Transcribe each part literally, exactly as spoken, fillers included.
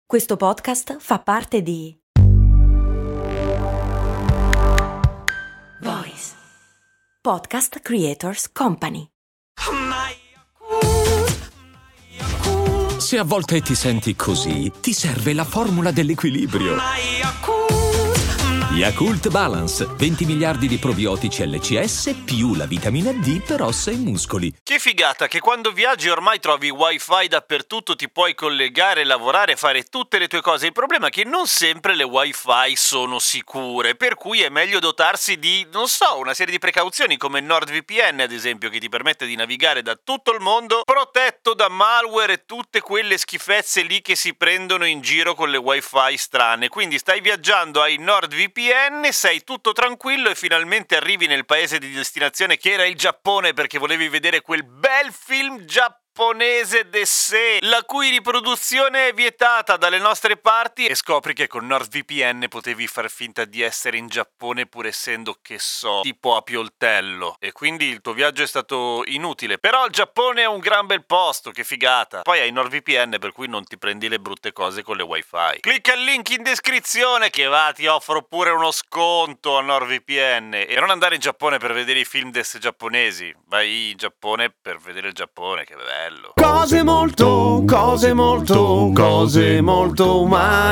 Questo podcast fa parte di Voice Podcast Creators Company. Se a volte ti senti così, ti serve la formula dell'equilibrio. Yakult Balance, venti miliardi di probiotici L C S più la vitamina D per ossa e muscoli. Che figata che quando viaggi ormai trovi wifi dappertutto, ti puoi collegare, lavorare, fare tutte le tue cose. Il problema è che non sempre le wifi sono sicure, per cui è meglio dotarsi di, non so, una serie di precauzioni come NordVPN ad esempio, che ti permette di navigare da tutto il mondo protetto da malware e tutte quelle schifezze lì che si prendono in giro con le wifi strane. Quindi stai viaggiando ai NordVPN, sei tutto tranquillo e finalmente arrivi nel paese di destinazione che era il Giappone, perché volevi vedere quel bel film giapponese de sé, la cui riproduzione è vietata dalle nostre parti, e scopri che con NordVPN potevi far finta di essere in Giappone pur essendo, che so, tipo a Pioltello, e quindi il tuo viaggio è stato inutile. Però il Giappone è un gran bel posto, che figata. Poi hai NordVPN, per cui non ti prendi le brutte cose con le wifi. Clicca il link in descrizione che va, ti offro pure uno sconto a NordVPN. E non andare in Giappone per vedere i film des giapponesi, vai in Giappone per vedere il Giappone, che bello. Cose molto, cose molto, cose molto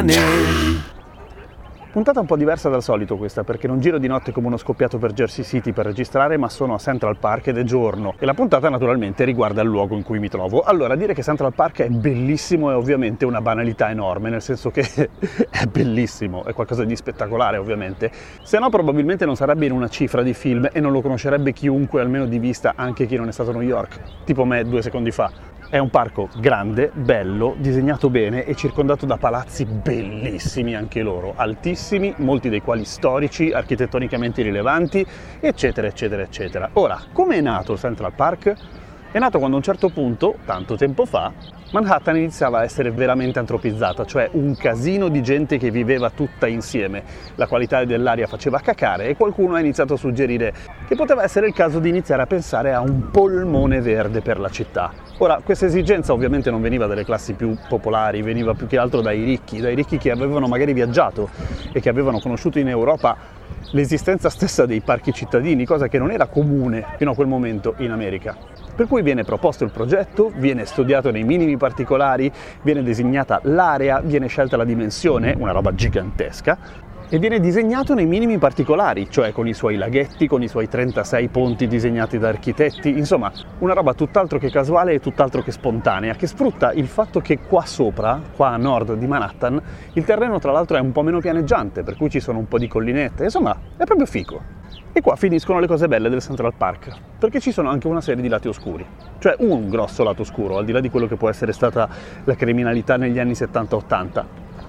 umane. Puntata un po' diversa dal solito questa, perché non giro di notte come uno scoppiato per Jersey City per registrare, ma sono a Central Park ed è giorno. E la puntata naturalmente riguarda il luogo in cui mi trovo. Allora, dire che Central Park è bellissimo è ovviamente una banalità enorme, nel senso che è bellissimo, è qualcosa di spettacolare ovviamente. Se no probabilmente non sarebbe in una cifra di film e non lo conoscerebbe chiunque, almeno di vista, anche chi non è stato a New York, tipo me due secondi fa. È un parco grande, bello, disegnato bene e circondato da palazzi bellissimi anche loro, altissimi, molti dei quali storici, architettonicamente rilevanti, eccetera, eccetera, eccetera. Ora, come è nato Central Park? È nato quando a un certo punto, tanto tempo fa, Manhattan iniziava a essere veramente antropizzata, cioè un casino di gente che viveva tutta insieme. La qualità dell'aria faceva cacare e qualcuno ha iniziato a suggerire che poteva essere il caso di iniziare a pensare a un polmone verde per la città. Ora, questa esigenza ovviamente non veniva dalle classi più popolari, veniva più che altro dai ricchi, dai ricchi che avevano magari viaggiato e che avevano conosciuto in Europa l'esistenza stessa dei parchi cittadini, cosa che non era comune fino a quel momento in America. Per cui viene proposto il progetto, viene studiato nei minimi particolari, viene disegnata l'area, viene scelta la dimensione, una roba gigantesca, e viene disegnato nei minimi particolari, cioè con i suoi laghetti, con i suoi trentasei ponti disegnati da architetti, insomma una roba tutt'altro che casuale e tutt'altro che spontanea, che sfrutta il fatto che qua sopra, qua a nord di Manhattan, il terreno tra l'altro è un po' meno pianeggiante, per cui ci sono un po' di collinette, insomma è proprio figo. E qua finiscono le cose belle del Central Park, perché ci sono anche una serie di lati oscuri, cioè un grosso lato oscuro, al di là di quello che può essere stata la criminalità negli anni settanta ottanta,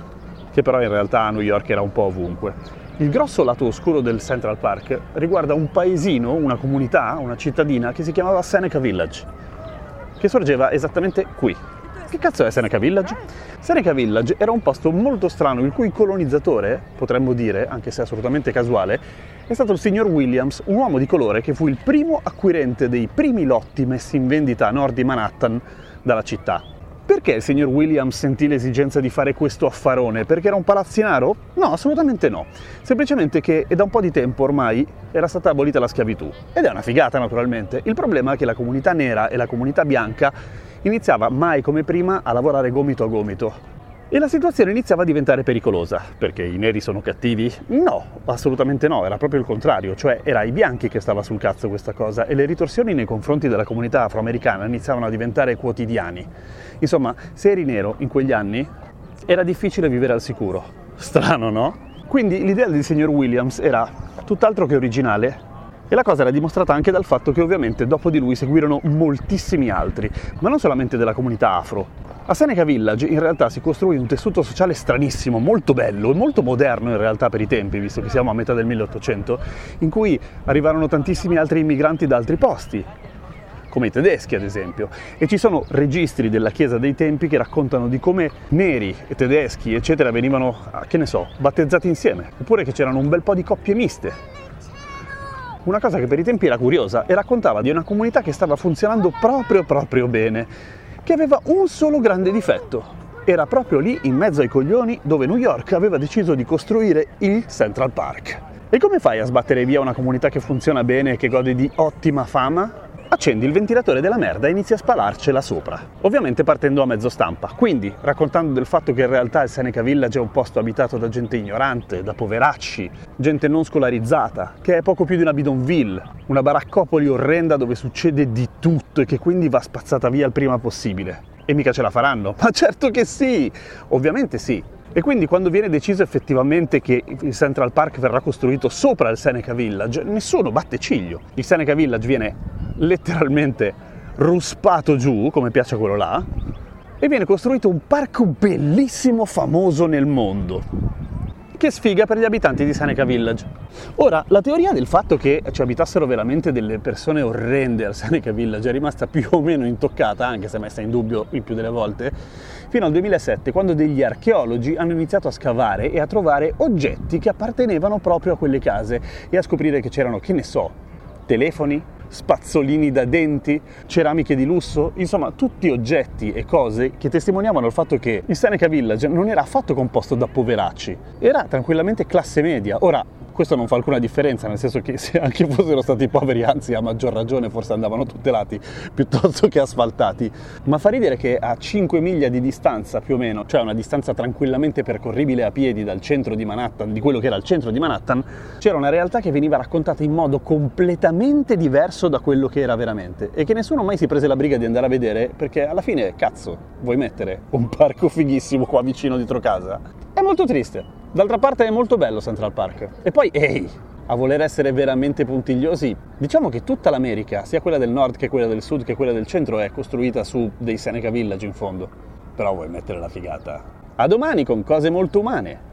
che però in realtà a New York era un po' ovunque. Il grosso lato oscuro del Central Park riguarda un paesino, una comunità, una cittadina che si chiamava Seneca Village, che sorgeva esattamente qui. Che cazzo è Seneca Village? Seneca Village era un posto molto strano, il cui colonizzatore, potremmo dire, anche se assolutamente casuale, è stato il signor Williams, un uomo di colore che fu il primo acquirente dei primi lotti messi in vendita a nord di Manhattan dalla città. Perché il signor Williams sentì l'esigenza di fare questo affarone? Perché era un palazzinaro? No, assolutamente no. Semplicemente che da un po' di tempo ormai era stata abolita la schiavitù. Ed è una figata, naturalmente. Il problema è che la comunità nera e la comunità bianca iniziava mai come prima a lavorare gomito a gomito. E la situazione iniziava a diventare pericolosa. Perché i neri sono cattivi? No, assolutamente no, era proprio il contrario, cioè era ai bianchi che stava sul cazzo questa cosa e le ritorsioni nei confronti della comunità afroamericana iniziavano a diventare quotidiani. Insomma, se eri nero in quegli anni era difficile vivere al sicuro. Strano, no? Quindi l'idea del signor Williams era tutt'altro che originale. E la cosa era dimostrata anche dal fatto che ovviamente dopo di lui seguirono moltissimi altri, ma non solamente della comunità afro. A Seneca Village in realtà si costruì un tessuto sociale stranissimo, molto bello e molto moderno in realtà per i tempi, visto che siamo a metà del milleottocento, in cui arrivarono tantissimi altri immigranti da altri posti, come i tedeschi ad esempio, e ci sono registri della Chiesa dei Tempi che raccontano di come neri e tedeschi eccetera venivano, che ne so, battezzati insieme, oppure che c'erano un bel po' di coppie miste. Una cosa che per i tempi era curiosa e raccontava di una comunità che stava funzionando proprio proprio bene, che aveva un solo grande difetto, era proprio lì in mezzo ai coglioni dove New York aveva deciso di costruire il Central Park. E come fai a sbattere via una comunità che funziona bene e che gode di ottima fama? Accendi il ventilatore della merda e inizi a spalarcela sopra, ovviamente partendo a mezzo stampa, quindi raccontando del fatto che in realtà il Seneca Village è un posto abitato da gente ignorante, da poveracci, gente non scolarizzata, che è poco più di una bidonville, una baraccopoli orrenda dove succede di tutto e che quindi va spazzata via il prima possibile. E mica ce la faranno? Ma certo che sì! Ovviamente sì! E quindi quando viene deciso effettivamente che il Central Park verrà costruito sopra il Seneca Village, nessuno batte ciglio. Il Seneca Village viene letteralmente ruspato giù, come piace a quello là, e viene costruito un parco bellissimo, famoso nel mondo. Che sfiga per gli abitanti di Seneca Village. Ora, la teoria del fatto che ci abitassero veramente delle persone orrende al Seneca Village è rimasta più o meno intoccata, anche se messa in dubbio il più delle volte, fino al duemilasette, quando degli archeologi hanno iniziato a scavare e a trovare oggetti che appartenevano proprio a quelle case e a scoprire che c'erano, che ne so, telefoni, spazzolini da denti, ceramiche di lusso, insomma tutti oggetti e cose che testimoniavano il fatto che il Seneca Village non era affatto composto da poveracci, era tranquillamente classe media. Ora, questo non fa alcuna differenza, nel senso che se anche fossero stati poveri, anzi a maggior ragione forse andavano tutelati piuttosto che asfaltati, ma fa ridere che a cinque miglia di distanza più o meno, cioè una distanza tranquillamente percorribile a piedi dal centro di Manhattan, di quello che era il centro di Manhattan, c'era una realtà che veniva raccontata in modo completamente diverso da quello che era veramente e che nessuno mai si prese la briga di andare a vedere, perché alla fine, cazzo, vuoi mettere un parco fighissimo qua vicino dietro casa? È molto triste. D'altra parte è molto bello Central Park. E poi, ehi, a voler essere veramente puntigliosi, diciamo che tutta l'America, sia quella del nord che quella del sud che quella del centro, è costruita su dei Seneca Village in fondo. Però vuoi mettere la figata? A domani con cose molto umane.